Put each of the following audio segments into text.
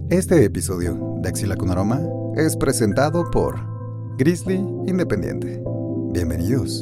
Este episodio de Axila con Aroma es presentado por Grizzly Independiente. Bienvenidos.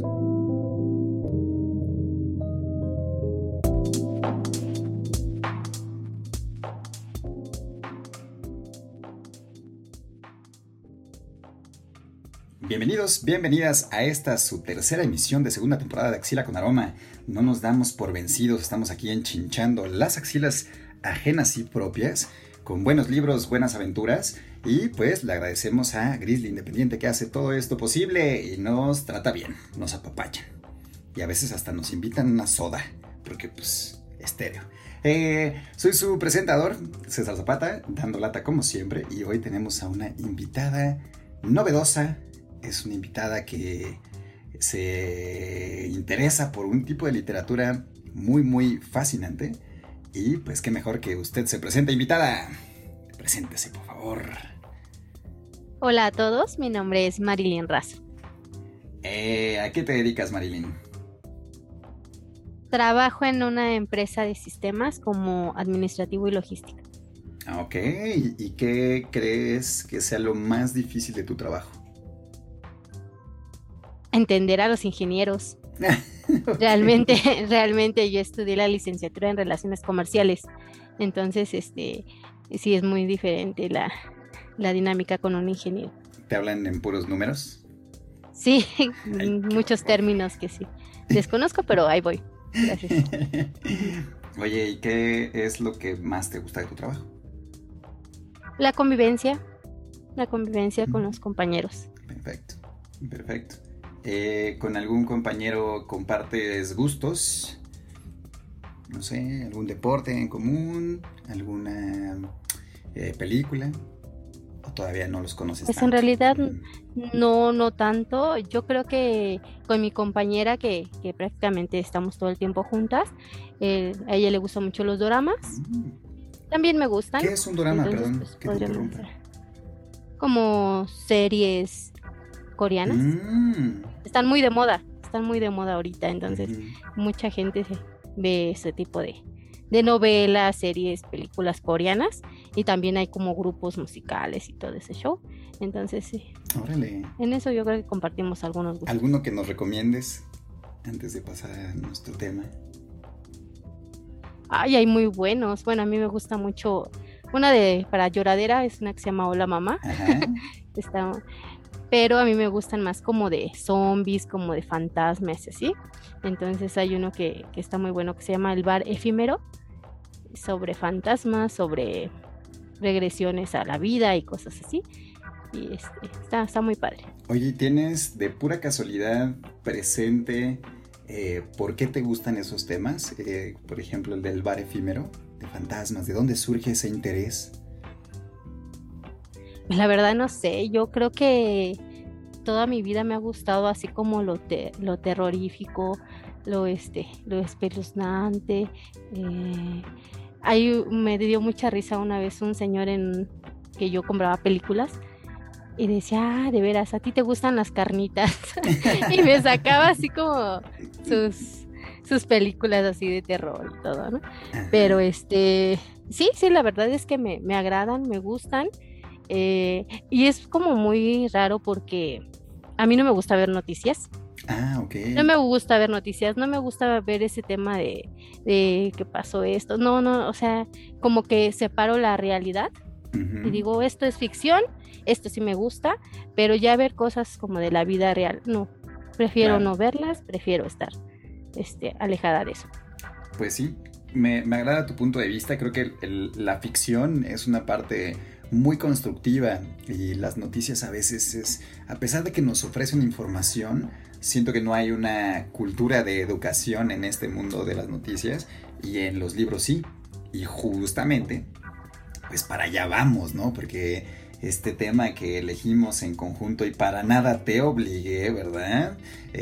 Bienvenidos, bienvenidas a esta su tercera emisión de segunda temporada de Axila con Aroma. No nos damos por vencidos, estamos aquí enchinchando las axilas ajenas y propias, con buenos libros, buenas aventuras, y pues le agradecemos a Grizzly Independiente que hace todo esto posible y nos trata bien, nos apapachan. Y a veces hasta nos invitan una soda, porque pues estéreo. Soy su presentador, César Zapata, dando lata como siempre, y hoy tenemos a una invitada novedosa. Es una invitada que se interesa por un tipo de literatura muy fascinante. Y pues qué mejor que usted se presente, invitada. Preséntese, por favor. Hola a todos, mi nombre es Marilyn Razo. ¿A qué te dedicas, Marilyn? Trabajo en una empresa de sistemas como administrativo y logística. Ok, ¿y qué crees que sea lo más difícil de tu trabajo? Entender a los ingenieros. Okay. Realmente yo estudié la licenciatura en Relaciones Comerciales. Entonces, sí es muy diferente la dinámica con un ingeniero. ¿Te hablan en puros números? Sí, Ay, qué muchos horror. términos que sí desconozco, pero ahí voy. Gracias. Oye, ¿y qué es lo que más te gusta de tu trabajo? La convivencia con los compañeros. Perfecto, perfecto. ¿Con algún compañero compartes gustos? No sé, algún deporte en común, alguna película, o todavía no los conoces Pues en tanto. realidad no tanto. Yo creo que con mi compañera que prácticamente estamos todo el tiempo juntas, a ella le gustan mucho los doramas. También me gustan. ¿Qué es un dorama? Entonces, Perdón, pues que te podríamos interrumpa. hacer como series coreanas. Están muy de moda ahorita. Entonces, mucha gente ve ese tipo de novelas, series, películas coreanas. Y también hay como grupos musicales y todo ese show. Entonces, sí. Órale. En eso yo creo que compartimos algunos gustos. ¿Alguno que nos recomiendes antes de pasar a nuestro tema? Ay, hay muy buenos. Bueno, a mí me gusta mucho. Una para lloradera es una que se llama Hola Mamá. Ajá. Pero a mí me gustan más como de zombies, como de fantasmas y así. Entonces hay uno que está muy bueno que se llama El Bar Efímero, sobre fantasmas, sobre regresiones a la vida y cosas así. Y está muy padre. Oye, ¿tienes de pura casualidad presente por qué te gustan esos temas? Por ejemplo, el del bar efímero, de fantasmas, ¿de dónde surge ese interés? La verdad no sé, yo creo que toda mi vida me ha gustado así como lo terrorífico, lo espeluznante. Me dio mucha risa una vez un señor que yo compraba películas y decía, de veras, ¿a ti te gustan las carnitas? Y me sacaba así como sus películas así de terror y todo, ¿no? Ajá. Pero sí, la verdad es que me agradan, me gustan. Y es como muy raro porque a mí no me gusta ver noticias. Ah, ok. No me gusta ver noticias, no me gusta ver ese tema de que pasó esto. No, o sea, como que separo la realidad y digo, esto es ficción, esto sí me gusta, pero ya ver cosas como de la vida real, no. Prefiero no verlas, prefiero estar alejada de eso. Pues sí, me agrada tu punto de vista. Creo que la ficción es una parte muy constructiva y las noticias a veces a pesar de que nos ofrecen información, siento que no hay una cultura de educación en este mundo de las noticias, y en los libros sí. Y justamente, pues para allá vamos, ¿no? Porque este tema que elegimos en conjunto y para nada te obligué, ¿verdad?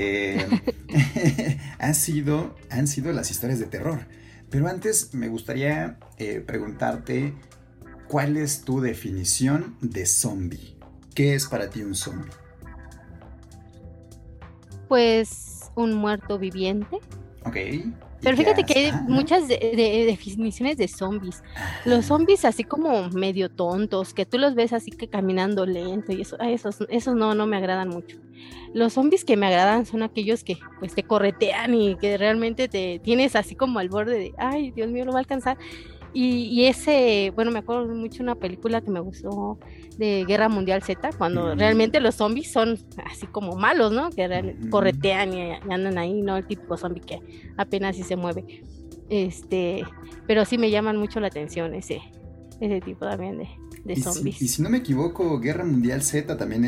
Han sido las historias de terror. Pero antes me gustaría preguntarte, ¿cuál es tu definición de zombie? ¿Qué es para ti un zombie? Pues un muerto viviente. Ok. ¿Y Pero qué fíjate que hace? hay muchas definiciones de zombies. Los zombies así como medio tontos, que tú los ves así que caminando lento y eso, esos no me agradan mucho. Los zombies que me agradan son aquellos que pues te corretean y que realmente te tienes así como al borde de, ay, Dios mío, lo va a alcanzar. Y ese, bueno, me acuerdo mucho una película que me gustó de Guerra Mundial Z, cuando Ujú, realmente los zombies son así como malos, ¿no? Que ujú. corretean y andan ahí, ¿no? El típico zombie que apenas si se mueve. Este, pero sí me llaman mucho la atención ese tipo también de Y zombies. si no me equivoco, Guerra Mundial Z también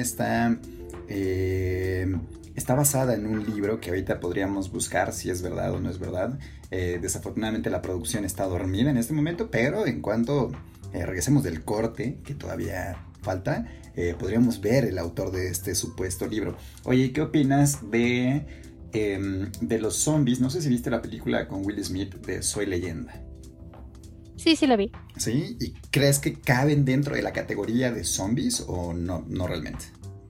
eh, está basada en un libro que ahorita podríamos buscar si es verdad o no es verdad. Desafortunadamente la producción está dormida en este momento, pero en cuanto regresemos del corte, que todavía falta, podríamos ver el autor de este supuesto libro. Oye, ¿qué opinas de los zombies? No sé si viste la película con Will Smith de Soy Leyenda. Sí, sí la vi. ¿Sí? ¿Y crees que caben dentro de la categoría de zombies o no, no realmente?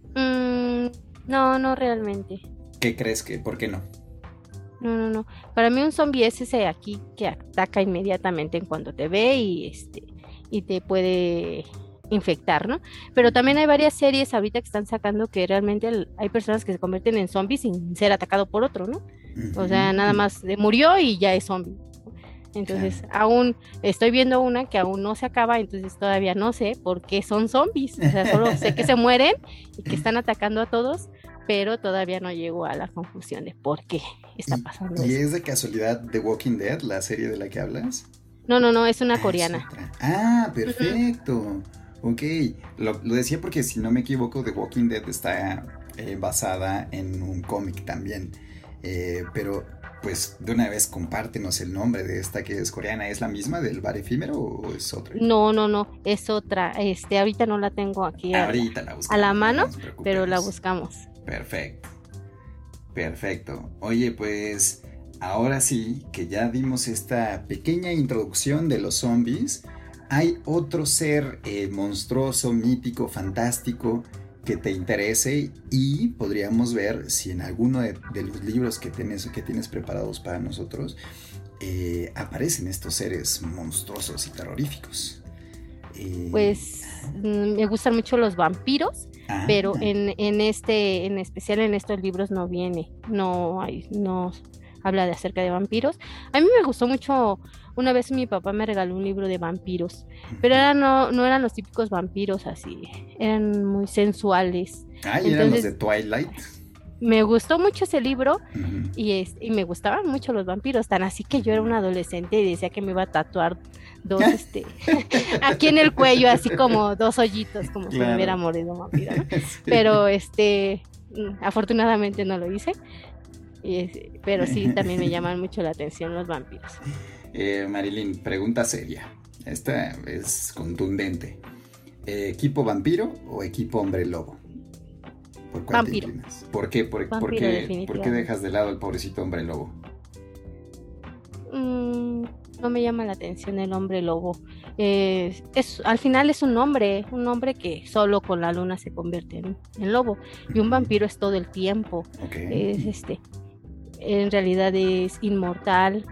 Mm, no, no realmente. ¿Qué crees que? ¿Por qué no? No, no, no. Para mí un zombie es ese aquí que ataca inmediatamente en cuanto te ve y te puede infectar, ¿no? Pero también hay varias series ahorita que están sacando que realmente hay personas que se convierten en zombies sin ser atacado por otro, ¿no? O sea, nada Ujú, más murió y ya es zombie. claro. Entonces, aún estoy viendo una que aún no se acaba, entonces todavía no sé por qué son zombies. O sea, solo sé que se mueren y que están atacando a todos, pero todavía no llego a la conclusión de por qué está pasando ¿Y eso. es de casualidad The Walking Dead, la serie de la que hablas? No, no, no, es una Ah, es coreana. otra. Ah, Ujú. perfecto. Ok. Lo decía porque si no me equivoco, The Walking Dead está basada en un cómic también. Pero, pues, de una vez compártenos el nombre de esta que es coreana. ¿Es la misma del bar efímero o es otra? No, no, no, es otra. Ahorita no la tengo aquí Ahorita la a la buscamos, no mano, nos pero la preocupemos. buscamos. Perfecto. Perfecto. Oye, pues ahora sí que ya dimos esta pequeña introducción de los zombies, ¿hay otro ser monstruoso, mítico, fantástico que te interese? Y podríamos ver si en alguno de los libros que tienes preparados para nosotros aparecen estos seres monstruosos y terroríficos. Eh, Pues me gustan mucho los vampiros, ah, pero en especial en estos libros no viene, no habla de acerca de vampiros. A mí me gustó mucho, una vez mi papá me regaló un libro de vampiros, pero no eran los típicos vampiros así, eran muy sensuales. ah, y eran los de Entonces, Twilight. me gustó mucho ese libro Ujú. y me gustaban mucho los vampiros, tan así que yo era una adolescente y decía que me iba a tatuar dos, aquí en el cuello, así como dos hoyitos, como si me hubiera Claro. mordido un vampiro, ¿no? Sí. Pero afortunadamente no lo hice, pero sí, también me llaman mucho la atención los vampiros. Marilyn, pregunta seria. Esta es contundente. ¿Equipo vampiro o equipo hombre lobo? ¿Por cuál te Vampiro, inclinas? ¿Por qué? vampiro Por qué definitivamente. dejas de lado al pobrecito hombre lobo? Mm, no me llama la atención el hombre lobo. Al final es un hombre que solo con la luna se convierte en lobo. Y un Ujú. vampiro es todo el tiempo. Ok. Es en realidad es inmortal.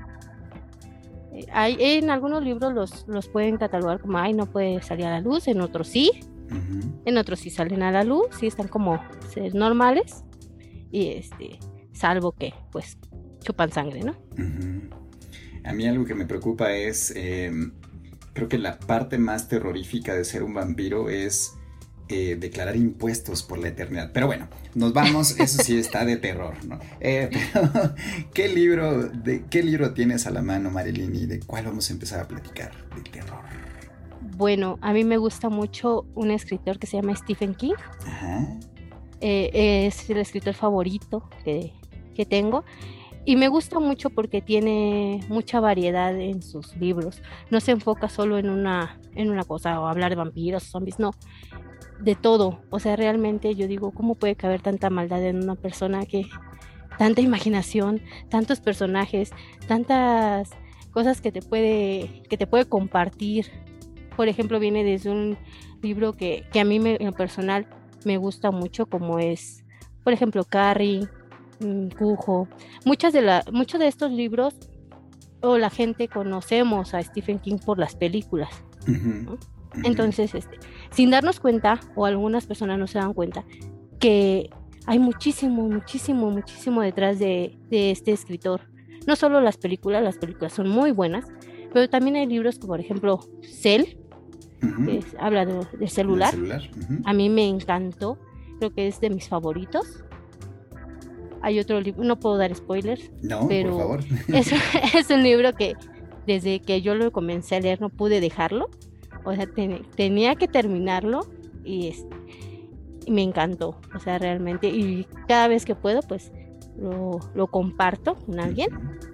En algunos libros los pueden catalogar como, ay, no puede salir a la luz, Ujú, en otros sí salen a la luz, sí están como seres normales, y salvo que, pues, chupan sangre, ¿no? ujú. A mí algo que me preocupa es, creo que la parte más terrorífica de ser un vampiro es declarar impuestos por la eternidad. Pero bueno, nos vamos, eso sí está de terror, ¿no? Pero, ¿qué libro tienes a la mano, Marilyn, y de cuál vamos a empezar a platicar de terror? Bueno, a mí me gusta mucho un escritor que se llama Stephen King. Ajá. Es el escritor favorito que tengo. Y me gusta mucho porque tiene mucha variedad en sus libros. No se enfoca solo en una cosa o hablar de vampiros, zombies, no, de todo. O sea, realmente yo digo, ¿cómo puede caber tanta maldad en una persona tanta imaginación, tantos personajes, tantas cosas que te puede compartir? Por ejemplo, viene desde un libro que a mí en lo personal me gusta mucho, como es, por ejemplo, Carrie, Cujo. Muchos de estos libros o la gente conocemos a Stephen King por las películas, ¿no? Entonces, sin darnos cuenta, o algunas personas no se dan cuenta, que hay muchísimo detrás de este escritor. No solo las películas son muy buenas, pero también hay libros como, por ejemplo, Cell, que habla del celular. A mí me encantó, creo que es de mis favoritos. Hay otro libro, no puedo dar spoilers, no, pero por favor. es un libro que desde que yo lo comencé a leer no pude dejarlo. O sea, tenía que terminarlo y me encantó, o sea, realmente. Y cada vez que puedo, pues lo comparto con alguien.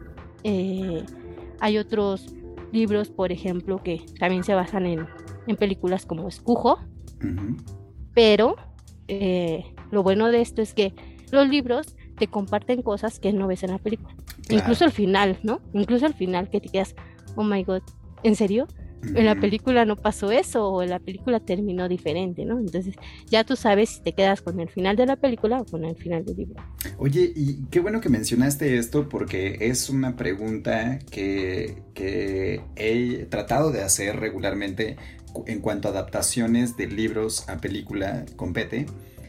Hay otros libros, por ejemplo, que también se basan en películas como Escujo, pero lo bueno de esto es que los libros te comparten cosas que no ves en la película. Claro. Incluso el final, ¿no? Incluso el final que te quedas, oh my God, ¿en serio? En la película no pasó eso, o en la película terminó diferente, ¿no? Entonces ya tú sabes si te quedas con el final de la película o con el final del libro. Oye, y qué bueno que mencionaste esto, porque es una pregunta que he tratado de hacer regularmente en cuanto a adaptaciones de libros a película compete.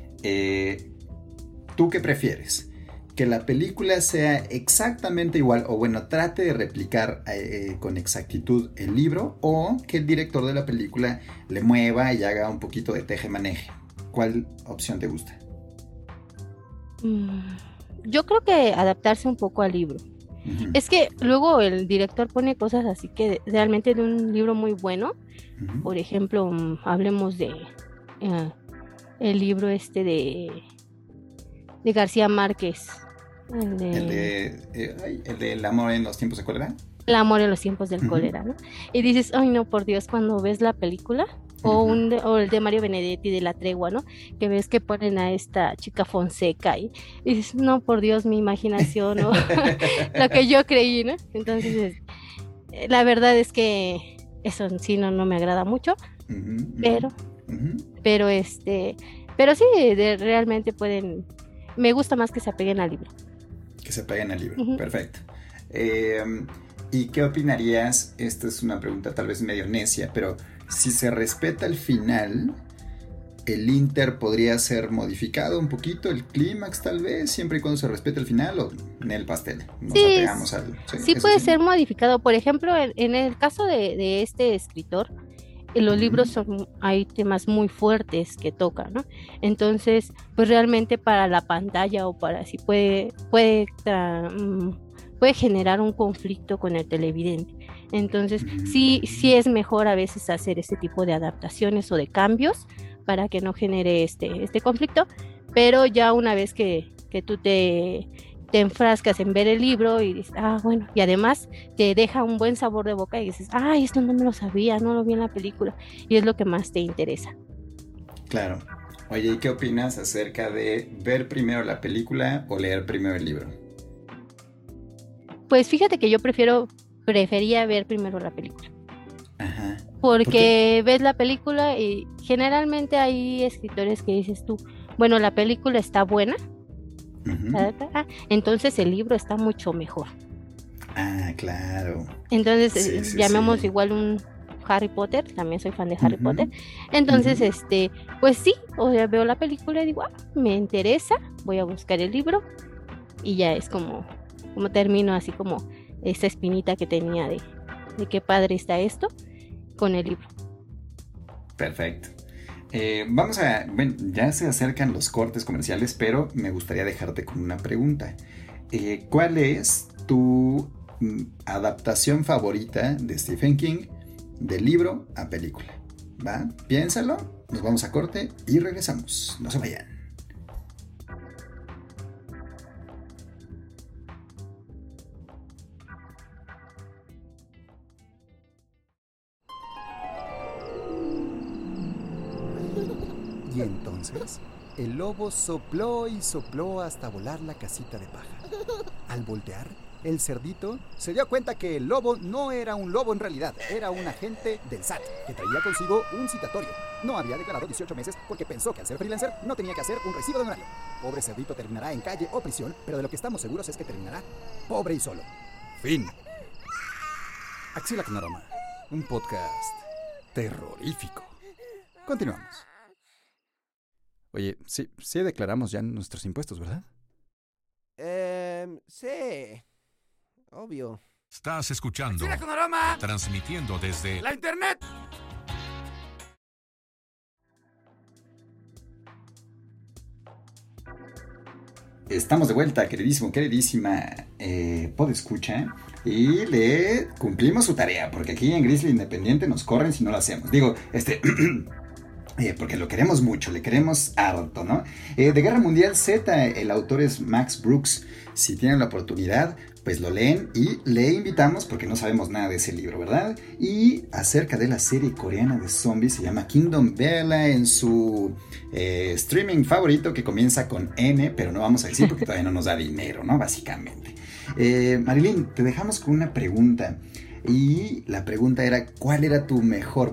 ¿Tú qué prefieres? ¿Que la película sea exactamente igual, o bueno, trate de replicar con exactitud el libro, o que el director de la película le mueva y haga un poquito de teje-maneje? ¿Cuál opción te gusta? Yo creo que adaptarse un poco al libro. Es que luego el director pone cosas así que realmente de un libro muy bueno. Por ejemplo, hablemos de el libro de García Márquez. El de El amor en los tiempos de cólera. El amor en los tiempos del cólera, ¿no? Y dices, ay no, por Dios, cuando ves la película, o el de Mario Benedetti de La Tregua, ¿no? Que ves que ponen a esta chica Fonseca y dices, no, por Dios, mi imaginación, ¿no? Lo que yo creí, ¿no? Entonces, la verdad es que eso en sí no me agrada mucho, pero sí, realmente me gusta más que se apeguen al libro. Que se apeguen al libro, perfecto. ¿Y qué opinarías? Esta es una pregunta tal vez medio necia, pero si se respeta el final, ¿el Inter podría ser modificado un poquito, el clímax tal vez, siempre y cuando se respete el final, o en el pastel? Nos apegamos al... Sí, puede ser modificado. Por ejemplo, en el caso de este escritor, en los libros hay temas muy fuertes que tocan, ¿no? Entonces, pues realmente para la pantalla o para si puede generar un conflicto con el televidente. Entonces, sí es mejor a veces hacer ese tipo de adaptaciones o de cambios para que no genere este conflicto, pero ya una vez que tú te enfrascas en ver el libro y dices, bueno, y además te deja un buen sabor de boca y dices, esto no me lo sabía, no lo vi en la película, y es lo que más te interesa. Claro. Oye, ¿y qué opinas acerca de ver primero la película o leer primero el libro? Pues fíjate que yo prefería ver primero la película. Ajá. Porque ves la película y generalmente hay escritores que dices tú, bueno, la película está buena, entonces el libro está mucho mejor. Claro. Entonces llamemos igual un Harry Potter, también soy fan de Harry Potter. Entonces pues sí, o sea, veo la película y digo, me interesa, voy a buscar el libro, y ya es como termino así como esa espinita que tenía de qué padre está esto con el libro. Perfecto. Bueno, ya se acercan los cortes comerciales, pero me gustaría dejarte con una pregunta. ¿Cuál es tu adaptación favorita de Stephen King de libro a película? ¿Va? Piénsalo, nos vamos a corte y regresamos. No se vayan. Y entonces, el lobo sopló y sopló hasta volar la casita de paja. Al voltear, el cerdito se dio cuenta que el lobo no era un lobo en realidad, era un agente del SAT, que traía consigo un citatorio. No había declarado 18 meses porque pensó que al ser freelancer no tenía que hacer un recibo de honorario. Pobre cerdito terminará en calle o prisión, pero de lo que estamos seguros es que terminará pobre y solo. Fin. Axila con Aroma, un podcast terrorífico. Continuamos. Oye, sí declaramos ya nuestros impuestos, ¿verdad? Sí. Obvio. Estás escuchando. ¡Axila con Aroma! Transmitiendo desde ¡La internet! Estamos de vuelta, queridísima podescucha, y le cumplimos su tarea, porque aquí en Grizzly Independiente nos corren si no lo hacemos. Digo, porque lo queremos mucho, le queremos harto, ¿no? De Guerra Mundial Z, el autor es Max Brooks. Si tienen la oportunidad, pues lo leen y le invitamos, porque no sabemos nada de ese libro, ¿verdad? Y acerca de la serie coreana de zombies, se llama Kingdom Bella, en su streaming favorito, que comienza con N, pero no vamos a decir porque todavía no nos da dinero, ¿no? Básicamente. Marilyn, te dejamos con una pregunta. Y la pregunta era, ¿cuál era tu mejor,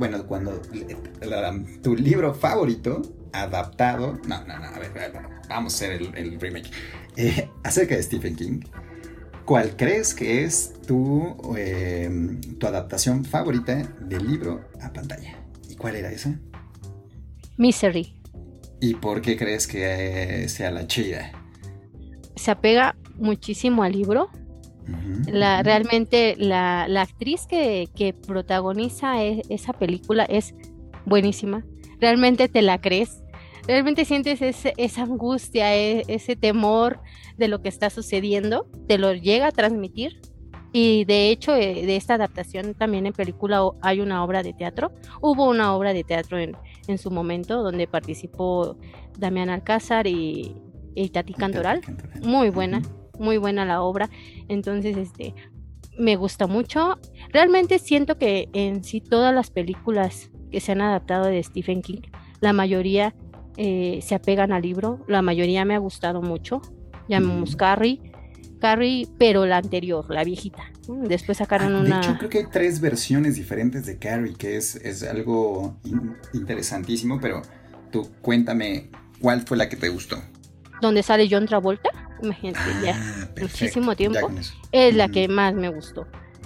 tu libro favorito adaptado? No, a ver, vamos a hacer el remake. Acerca de Stephen King, ¿cuál crees que es tu adaptación favorita del libro a pantalla? ¿Y cuál era esa? Misery. ¿Y por qué crees que sea la chida? Se apega muchísimo al libro. Realmente la actriz que protagoniza esa película es buenísima. Realmente te la crees. Realmente sientes esa angustia, ese temor de lo que está sucediendo. Te lo llega a transmitir. Y de hecho, de esta adaptación también en película hay una obra de teatro. Hubo una obra de teatro en su momento donde participó Damián Alcázar y Tati Cantoral. Muy buena. Muy buena la obra, entonces me gusta mucho. Realmente siento que en sí todas las películas que se han adaptado de Stephen King, la mayoría se apegan al libro, la mayoría me ha gustado mucho. Llamamos Carrie, pero la anterior, la viejita. Después sacaron una... De hecho, creo que hay 3 versiones diferentes de Carrie, que es algo interesantísimo, pero tú cuéntame, ¿cuál fue la que te gustó? Donde sale John Travolta, imagínate, ya muchísimo tiempo, es la que más me gustó,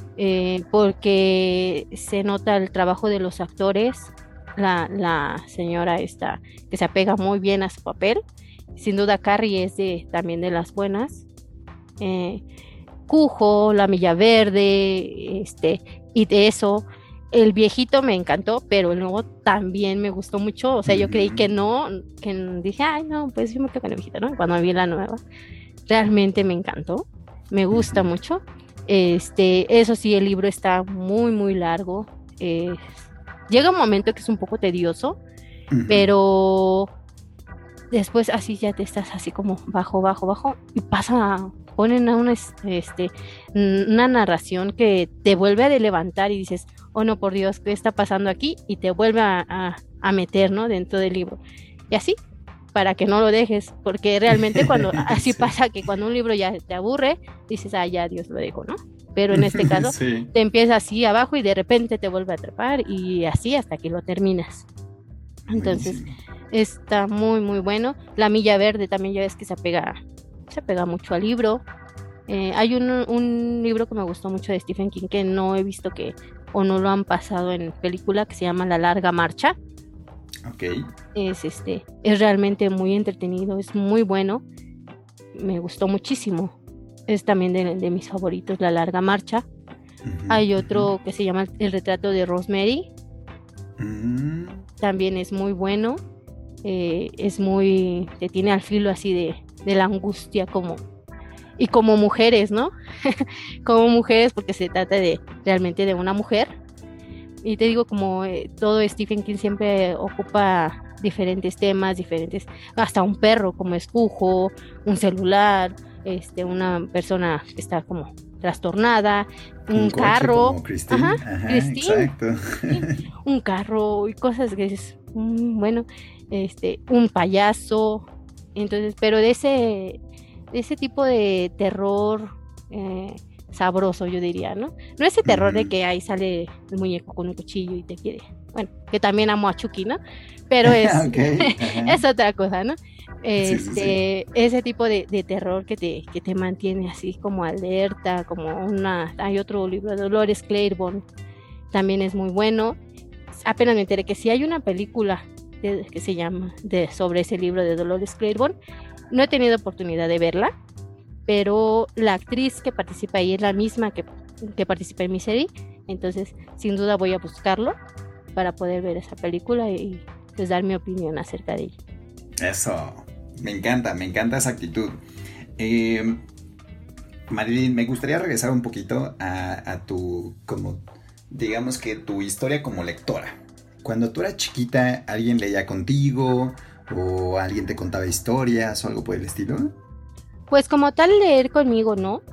porque se nota el trabajo de los actores, la señora esta que se apega muy bien a su papel. Sin duda Carrie es también de las buenas. Cujo, La Milla Verde, y de eso. El viejito me encantó, pero el nuevo también me gustó mucho. O sea, yo creí que dije, ay, no, pues yo me quedo con el viejito, ¿no? Cuando vi la nueva, realmente me encantó, me gusta mucho. Eso sí, el libro está muy, muy largo. Llega un momento que es un poco tedioso, pero después así ya te estás así como bajo, y ponen a una narración que te vuelve a levantar y dices, oh no, por Dios, ¿qué está pasando aquí? Y te vuelve a meter, ¿no? Dentro del libro. Y así, para que no lo dejes, porque realmente cuando así pasa que cuando un libro ya te aburre, dices, ya Dios lo dejo, ¿no? Pero en este caso, te empieza así abajo y de repente te vuelve a atrapar y así hasta que lo terminas. Entonces, está muy, muy bueno. La Milla Verde también ya ves que se apega mucho al libro. Hay un libro que me gustó mucho de Stephen King que no he visto o no lo han pasado en película, que se llama La Larga Marcha. Okay. Es realmente muy entretenido, es muy bueno, me gustó muchísimo. Es también de mis favoritos, La Larga Marcha. Hay otro que se llama El Retrato de Rosemary. También es muy bueno. Te tiene al filo así de la angustia como mujeres, ¿no? Como mujeres, porque se trata realmente de una mujer. Y te digo, como todo Stephen King siempre ocupa diferentes temas, hasta un perro como Cujo, un celular, una persona que está como trastornada, un carro, como Christine. Ajá, Christine, exacto. ¿sí? Un carro y cosas que es bueno, un payaso. Entonces, pero de ese tipo de terror sabroso, yo diría, ¿no? No ese terror de que ahí sale el muñeco con un cuchillo y te quiere. Bueno, que también amo a Chucky, ¿no? Pero es otra cosa, ¿no? Sí. Ese tipo de terror que te mantiene así como alerta, hay otro libro de Dolores Claiborne, también es muy bueno. Apenas me enteré que sí hay una película que se llama sobre ese libro de Dolores Claiborne. No he tenido oportunidad de verla, pero la actriz que participa ahí es la misma que participa en mi serie, entonces sin duda voy a buscarlo para poder ver esa película y pues dar mi opinión acerca de ella. Eso, me encanta esa actitud. Marilyn, me gustaría regresar un poquito a tu, como, digamos que tu historia como lectora. Cuando tú eras chiquita, ¿alguien leía contigo? ¿O alguien te contaba historias o algo por el estilo? Pues como tal leer conmigo no,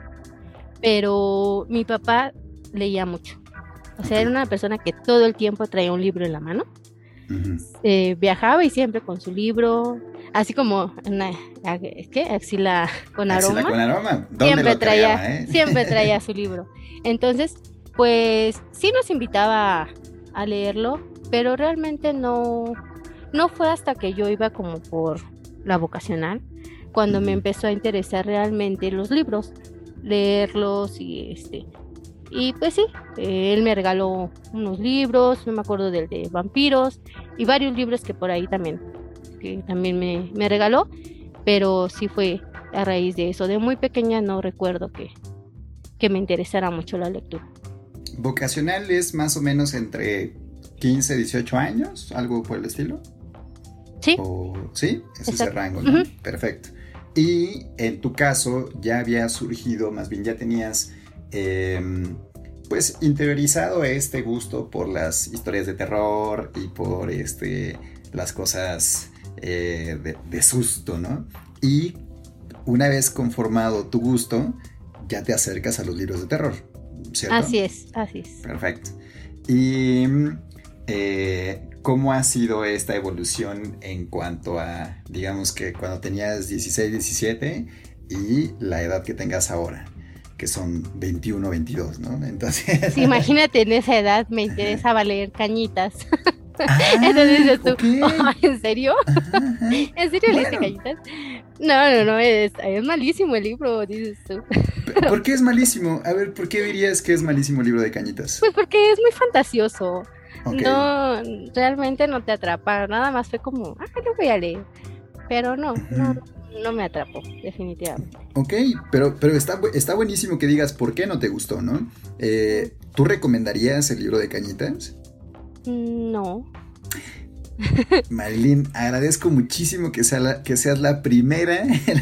pero mi papá leía mucho. O sea, era una persona que todo el tiempo traía un libro en la mano. Uh-huh. Viajaba y siempre con su libro, así como Axila con aroma. Axila con aroma. Siempre traía su libro. Entonces, pues sí nos invitaba a leerlo, pero realmente no fue hasta que yo iba como por la vocacional cuando me empezó a interesar realmente los libros, leerlos y pues sí, él me regaló unos libros, no me acuerdo del de vampiros y varios libros que por ahí también me regaló, pero sí fue a raíz de eso. De muy pequeña no recuerdo que me interesara mucho la lectura. ¿Vocacional es más o menos entre 15, 18 años? ¿Algo por el estilo? Sí. ¿Sí? Ese es el rango, ¿no? Uh-huh. Perfecto. Y en tu caso ya había surgido, más bien ya tenías pues interiorizado este gusto por las historias de terror y por las cosas de susto, ¿no? Y una vez conformado tu gusto, ya te acercas a los libros de terror, ¿cierto? Así es. Perfecto. Y ¿cómo ha sido esta evolución en cuanto a, digamos que cuando tenías 16, 17 y la edad que tengas ahora? Que son 21, 22, ¿no? Entonces... Sí, imagínate, en esa edad me interesaba leer Cañitas. Entonces dices tú, okay. Oh, ¿en serio? Ajá. ¿En serio leíste Cañitas? No, es malísimo el libro, dices tú. ¿Por qué es malísimo? A ver, ¿por qué dirías que es malísimo el libro de Cañitas? Pues porque es muy fantasioso. Okay. No, realmente no te atrapa, nada más fue como, lo voy a leer. Pero no me atrapó, definitivamente. Ok, pero está buenísimo que digas por qué no te gustó, ¿no? ¿Tú recomendarías el libro de Cañitas? No. Marilyn, agradezco muchísimo que seas la primera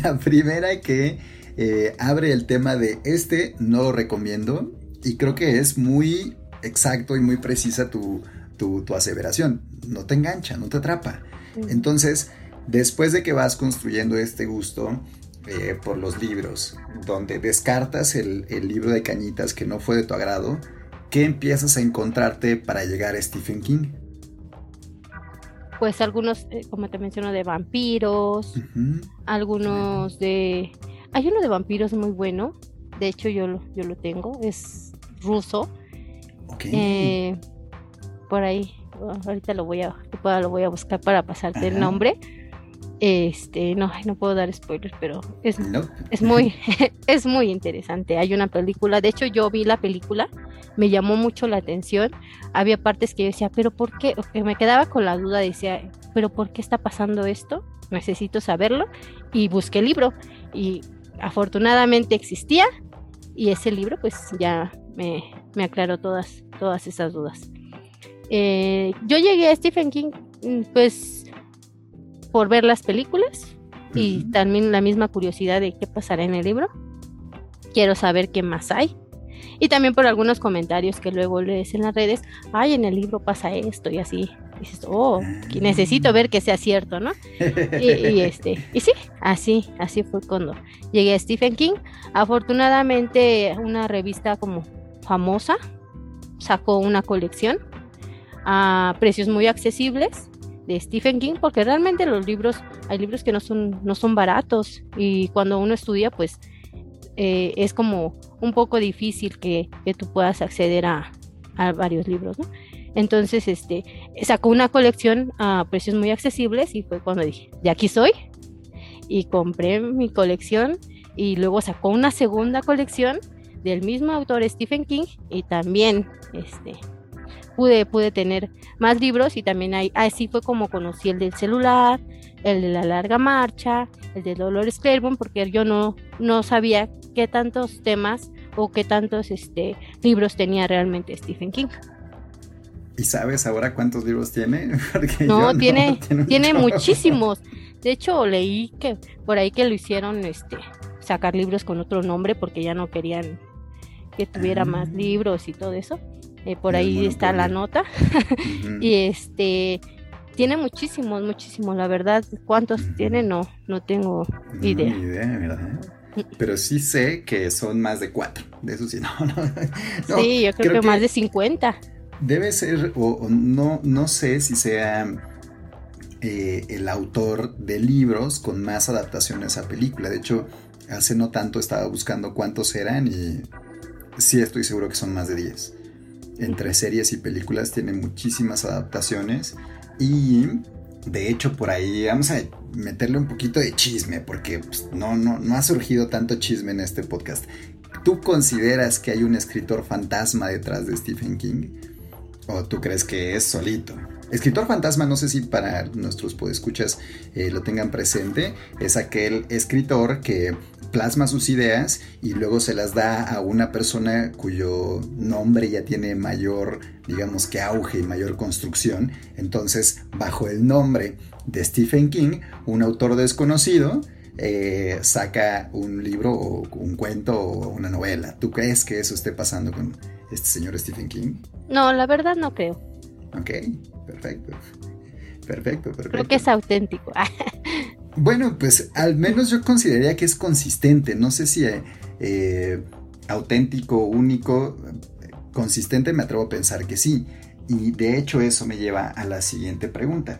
que abre el tema de no lo recomiendo, y creo que es muy exacto y muy precisa tu aseveración. No te engancha, no te atrapa. Entonces, después de que vas construyendo este gusto por los libros, donde descartas el libro de Cañitas que no fue de tu agrado, ¿qué empiezas a encontrarte para llegar a Stephen King? Pues algunos, como te menciono, de vampiros, uh-huh. Algunos de... Hay uno de vampiros muy bueno, de hecho yo lo tengo, es ruso. Okay. Por ahí, ahorita lo voy a buscar para pasarte el nombre. No puedo dar spoilers, pero es muy es muy interesante. Hay una película, de hecho yo vi la película, me llamó mucho la atención. Había partes que yo decía, pero ¿por qué? Que me quedaba con la duda, decía, pero ¿por qué está pasando esto? Necesito saberlo, y busqué el libro y afortunadamente existía, y ese libro pues ya me aclaró todas esas dudas. Yo llegué a Stephen King pues por ver las películas, uh-huh. Y también la misma curiosidad de qué pasará en el libro. Quiero saber qué más hay, y también por algunos comentarios que luego lees en las redes. En el libro pasa esto y así, y dices, necesito ver que sea cierto, ¿no? y sí, así fue cuando llegué a Stephen King. Afortunadamente una revista como famosa sacó una colección a precios muy accesibles de Stephen King, porque realmente hay libros que no son baratos, y cuando uno estudia pues es como un poco difícil que tú puedas acceder a varios libros, ¿no? Entonces sacó una colección a precios muy accesibles, y fue cuando dije, de aquí soy, y compré mi colección y luego sacó una segunda colección del mismo autor Stephen King y también pude tener más libros y también así fue como conocí el del celular, el de La Larga Marcha, el de Dolores Claiborne, porque yo no sabía qué tantos temas o qué tantos libros tenía realmente Stephen King. ¿Y sabes ahora cuántos libros tiene? Porque no, tiene muchísimos. De hecho, leí que por ahí que lo hicieron sacar libros con otro nombre porque ya no querían que tuviera más libros y todo eso. Por ahí está la nota. Uh-huh. Y tiene muchísimos, la verdad, ¿cuántos tiene? No tengo idea. Ni idea, ¿verdad? Pero sí sé que son más de 4, de eso sí, no. Sí, yo creo que más de 50. Debe ser, o no sé si sea el autor de libros con más adaptaciones a película. De hecho, hace no tanto estaba buscando cuántos eran y sí estoy seguro que son más de 10. Entre series y películas tiene muchísimas adaptaciones y de hecho por ahí vamos a meterle un poquito de chisme porque pues, no ha surgido tanto chisme en este podcast. ¿Tú consideras que hay un escritor fantasma detrás de Stephen King? ¿O tú crees que es solito? Escritor fantasma, no sé si para nuestros podescuchas lo tengan presente, es aquel escritor que plasma sus ideas y luego se las da a una persona cuyo nombre ya tiene mayor, digamos que auge y mayor construcción. Entonces, bajo el nombre de Stephen King, un autor desconocido saca un libro o un cuento o una novela. ¿Tú crees que eso esté pasando con este señor Stephen King? No, la verdad no creo. Ok, perfecto. Creo que es auténtico. Bueno, pues al menos yo consideraría que es consistente. No sé si auténtico, único, consistente, me atrevo a pensar que sí. Y de hecho eso me lleva a la siguiente pregunta.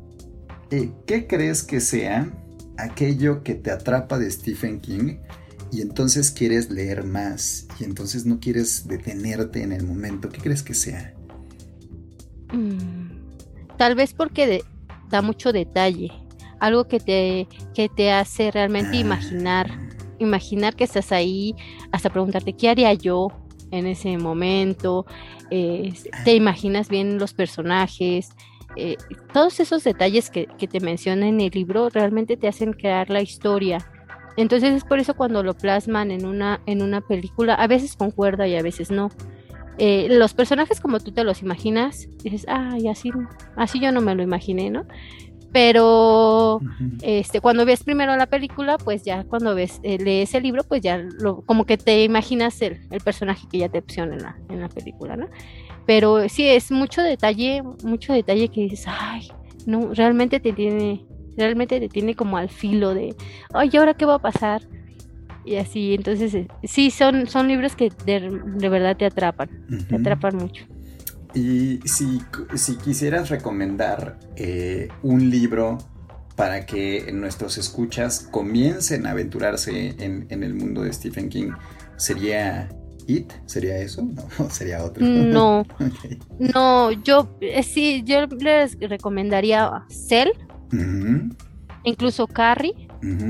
¿Qué crees que sea aquello que te atrapa de Stephen King y entonces quieres leer más y entonces no quieres detenerte en el momento? ¿Qué crees que sea? Tal vez porque da mucho detalle, algo que te hace realmente imaginar que estás ahí, hasta preguntarte qué haría yo en ese momento, te imaginas bien los personajes, todos esos detalles que te menciona en el libro realmente te hacen crear la historia. Entonces es por eso cuando lo plasman en una película, a veces concuerda y a veces no. Los personajes como tú te los imaginas, dices, y así yo no me lo imaginé, ¿no? Pero cuando ves primero la película, pues ya cuando lees el libro, pues ya como que te imaginas el personaje que ya te opciona en la película, ¿no? Pero sí, es mucho detalle que dices, no, realmente te tiene como al filo de, ¿y ahora qué va a pasar? Y así, entonces sí, son libros que de verdad te atrapan, te atrapan mucho. Y si quisieras recomendar un libro para que nuestros escuchas comiencen a aventurarse en el mundo de Stephen King, ¿sería It? ¿Sería eso? No, sería otro. No, okay. No, yo les recomendaría Cell, incluso Carrie,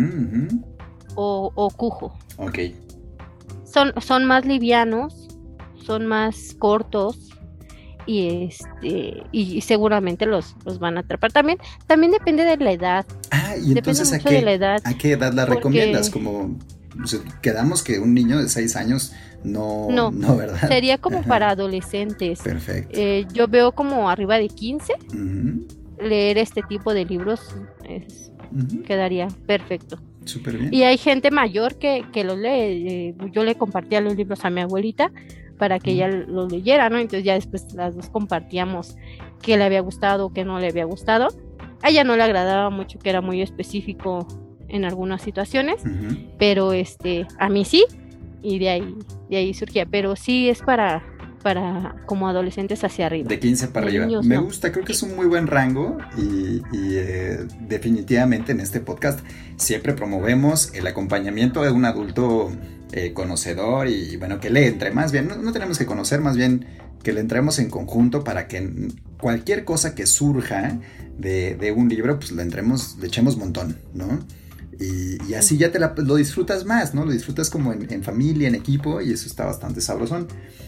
o Cujo. Ok. Son más livianos, son más cortos y seguramente los van a atrapar. También depende de la edad. Y entonces ¿a qué edad la recomiendas? Como quedamos que un niño de 6 años no, ¿verdad? Sería como para adolescentes. Perfecto. Yo veo como arriba de 15 leer este tipo de libros quedaría perfecto. Súper bien. Y hay gente mayor que los lee. Yo le compartía los libros a mi abuelita para que ella los leyera, ¿no? Entonces ya después las dos compartíamos qué le había gustado, qué no le había gustado. A ella no le agradaba mucho, que era muy específico en algunas situaciones, pero a mí sí, y de ahí surgía. Pero sí es para como adolescentes hacia arriba. De 15 para arriba. Niños, me gusta, creo que es un muy buen rango y definitivamente en este podcast siempre promovemos el acompañamiento de un adulto conocedor y bueno, que le entre. Más bien, no tenemos que conocer, más bien que le entremos en conjunto para que cualquier cosa que surja de un libro, pues le echemos montón, ¿no? Y así ya lo disfrutas más, ¿no? Lo disfrutas como en familia, en equipo, y eso está bastante sabrosón.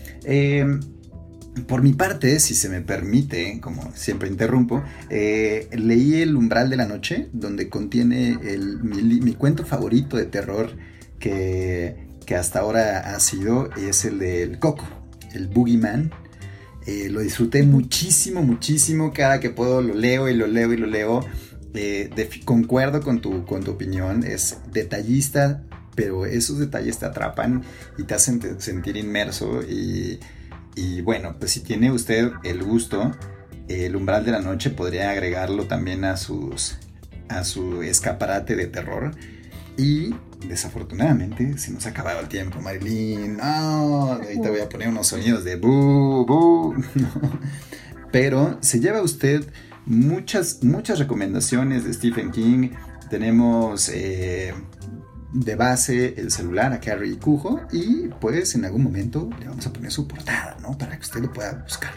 Por mi parte, si se me permite, como siempre interrumpo, leí El Umbral de la Noche, donde contiene mi cuento favorito de terror que hasta ahora ha sido, es el del Coco, el Boogeyman. Lo disfruté muchísimo, muchísimo. Cada que puedo lo leo y lo leo y lo leo. Concuerdo con tu opinión. Es detallista, pero esos detalles te atrapan y te hacen sentir inmerso. Y bueno, pues si tiene usted el gusto, El Umbral de la Noche podría agregarlo también a su escaparate de terror. Y desafortunadamente se nos ha acabado el tiempo, Marilyn. Ahorita voy a poner unos sonidos de bu, bu. Pero se lleva usted muchas recomendaciones de Stephen King. Tenemos de base el celular a Carrie y Cujo, y pues en algún momento le vamos a poner su portada, ¿no? Para que usted lo pueda buscar.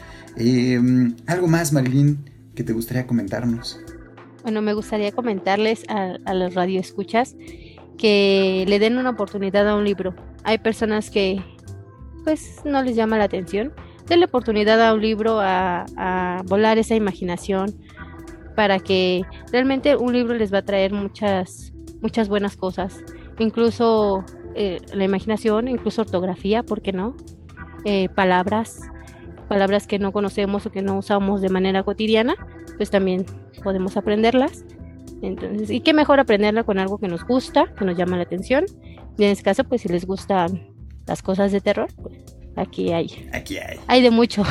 ¿Algo más, Marilyn, que te gustaría comentarnos? Bueno, me gustaría comentarles a los radioescuchas que le den una oportunidad a un libro. Hay personas que pues no les llama la atención. Denle oportunidad a un libro, a volar esa imaginación, para que realmente un libro les va a traer muchas buenas cosas. Incluso la imaginación, incluso ortografía, ¿por qué no? Palabras que no conocemos o que no usamos de manera cotidiana, pues también podemos aprenderlas. Entonces, y qué mejor aprenderla con algo que nos gusta, que nos llama la atención. Y en este caso, pues si les gustan las cosas de terror, pues aquí hay de mucho.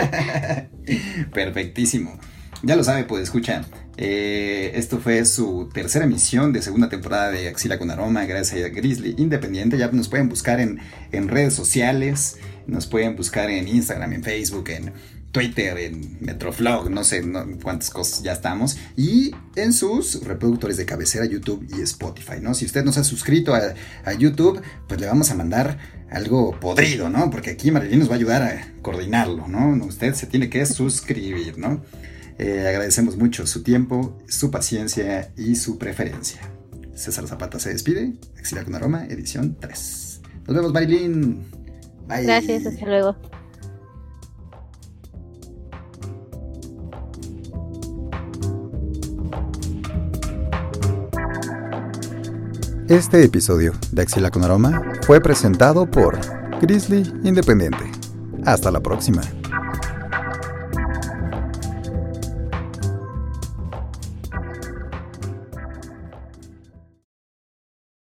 Perfectísimo. Ya lo sabe, pues escucha. Esto fue su tercera emisión de segunda temporada de Axila con Aroma, gracias a Grizzly Independiente. Ya nos pueden buscar en redes sociales, nos pueden buscar en Instagram, en Facebook, en Twitter, en Metroflog, no sé cuántas cosas ya estamos, y en sus reproductores de cabecera, YouTube y Spotify, ¿no? Si usted no se ha suscrito a YouTube, pues le vamos a mandar algo podrido, ¿no? Porque aquí Marilyn nos va a ayudar a coordinarlo, ¿no? Usted se tiene que suscribir, ¿no? Agradecemos mucho su tiempo, su paciencia y su preferencia. César Zapata se despide. Axila con Aroma, edición 3. Nos vemos, Marilyn. Bye. Gracias, hasta luego. Este episodio de Axila con Aroma fue presentado por Grizzly Independiente. Hasta la próxima.